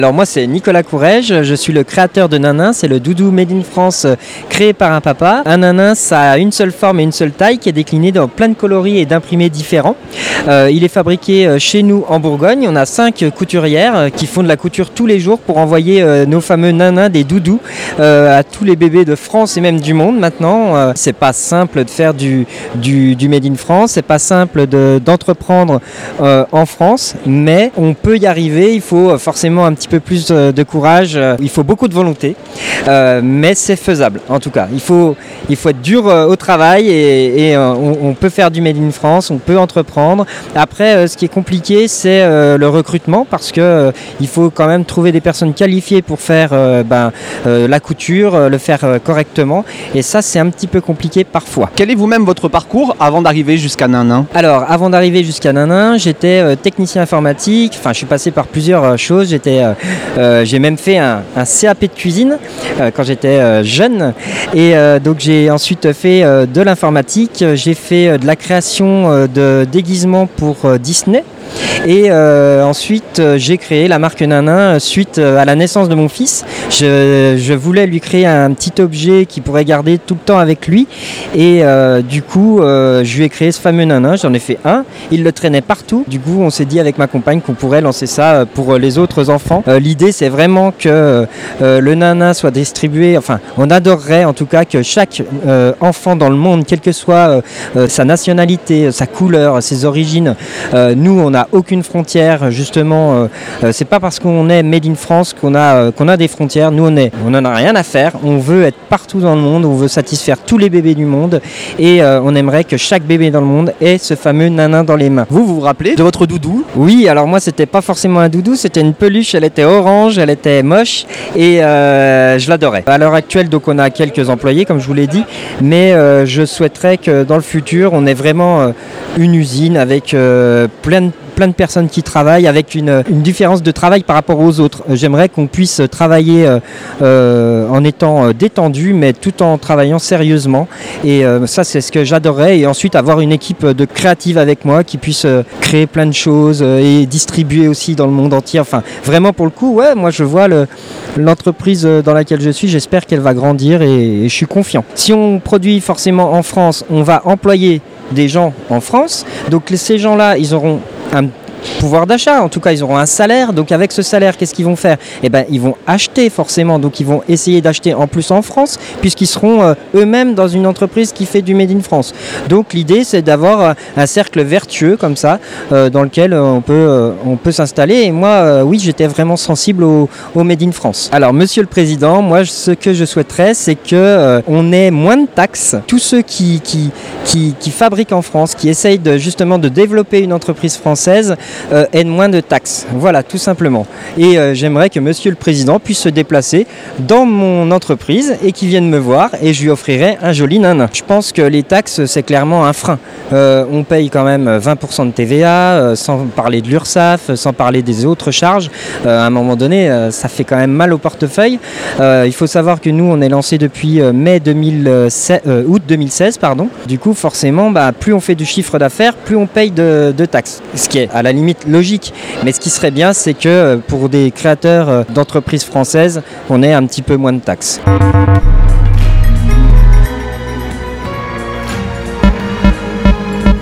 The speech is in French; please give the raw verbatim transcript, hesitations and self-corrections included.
Alors moi c'est Nicolas Courrèges, je suis le créateur de Nanin, c'est le doudou Made in France euh, créé par un papa. Un Nanin ça a une seule forme et une seule taille qui est décliné dans plein de coloris et d'imprimés différents. Euh, il est fabriqué euh, chez nous en Bourgogne, on a cinq couturières euh, qui font de la couture tous les jours pour envoyer euh, nos fameux Nanins des doudous euh, à tous les bébés de France et même du monde maintenant. Euh, c'est pas simple de faire du, du, du Made in France, c'est pas simple de, d'entreprendre euh, en France, mais on peut y arriver, il faut forcément un petit peu plus de courage, il faut beaucoup de volonté, euh, mais c'est faisable en tout cas. Il faut, il faut être dur euh, au travail et, et euh, on, on peut faire du Made in France, on peut entreprendre. Après, euh, ce qui est compliqué, c'est euh, le recrutement parce que euh, il faut quand même trouver des personnes qualifiées pour faire euh, ben, euh, la couture, euh, le faire euh, correctement et ça c'est un petit peu compliqué parfois. Quel est vous-même votre parcours avant d'arriver jusqu'à Nanin ? Alors, avant d'arriver jusqu'à Nanin, j'étais euh, technicien informatique, enfin je suis passé par plusieurs euh, choses, j'étais euh, Euh, j'ai même fait un, un C A P de cuisine euh, quand j'étais euh, jeune et euh, donc j'ai ensuite fait euh, de l'informatique, j'ai fait euh, de la création euh, de déguisements pour euh, Disney. Et euh, ensuite, euh, j'ai créé la marque Nanin euh, suite euh, à la naissance de mon fils. Je, je voulais lui créer un petit objet qu'il pourrait garder tout le temps avec lui. Et euh, du coup, euh, je lui ai créé ce fameux Nanin. J'en ai fait un. Il le traînait partout. Du coup, on s'est dit avec ma compagne qu'on pourrait lancer ça pour les autres enfants. Euh, l'idée, c'est vraiment que euh, le Nanin soit distribué. Enfin, on adorerait en tout cas que chaque euh, enfant dans le monde, quelle que soit euh, sa nationalité, sa couleur, ses origines, euh, nous, on a aucune frontière justement, euh, euh, c'est pas parce qu'on est Made in France qu'on a, euh, qu'on a des frontières, nous on est, on en a rien à faire, on veut être partout dans le monde, on veut satisfaire tous les bébés du monde et euh, on aimerait que chaque bébé dans le monde ait ce fameux Nanin dans les mains. Vous, vous vous rappelez de votre doudou ? Oui, alors moi c'était pas forcément un doudou, c'était une peluche, elle était orange, elle était moche et euh, je l'adorais. À l'heure actuelle donc on a quelques employés comme je vous l'ai dit, mais euh, je souhaiterais que dans le futur on ait vraiment euh, une usine avec euh, plein de plein de personnes qui travaillent avec une, une différence de travail par rapport aux autres. J'aimerais qu'on puisse travailler euh, euh, en étant euh, détendu mais tout en travaillant sérieusement et euh, ça c'est ce que j'adorerais et ensuite avoir une équipe de créatives avec moi qui puisse euh, créer plein de choses euh, et distribuer aussi dans le monde entier. Enfin vraiment pour le coup ouais moi je vois le, l'entreprise dans laquelle je suis, j'espère qu'elle va grandir et, et je suis confiant. Si on produit forcément en France, on va employer des gens en France, donc ces gens-là ils auront un pouvoir d'achat, en tout cas ils auront un salaire, donc avec ce salaire qu'est-ce qu'ils vont faire ? Eh ben ils vont acheter forcément, donc ils vont essayer d'acheter en plus en France puisqu'ils seront euh, eux-mêmes dans une entreprise qui fait du Made in France. Donc l'idée c'est d'avoir euh, un cercle vertueux comme ça euh, dans lequel euh, on peut, euh, on peut s'installer et moi euh, oui j'étais vraiment sensible au, au Made in France. Alors Monsieur le Président, moi ce que je souhaiterais c'est que euh, on ait moins de taxes, tous ceux qui, qui, qui, qui fabriquent en France, qui essayent de, justement de développer une entreprise française Euh, aide moins de taxes, voilà tout simplement et euh, j'aimerais que Monsieur le Président puisse se déplacer dans mon entreprise et qu'il vienne me voir et je lui offrirai un joli Nanin. Je pense que les taxes c'est clairement un frein, euh, on paye quand même vingt pour cent de T V A euh, sans parler de l'URSSAF, sans parler des autres charges, euh, à un moment donné euh, ça fait quand même mal au portefeuille. Euh, il faut savoir que nous on est lancé depuis euh, mai deux mille seize, euh, août deux mille seize pardon, du coup forcément bah, plus on fait du chiffre d'affaires plus on paye de, de taxes, ce qui est à la limite logique, mais ce qui serait bien c'est que pour des créateurs d'entreprises françaises on ait un petit peu moins de taxes.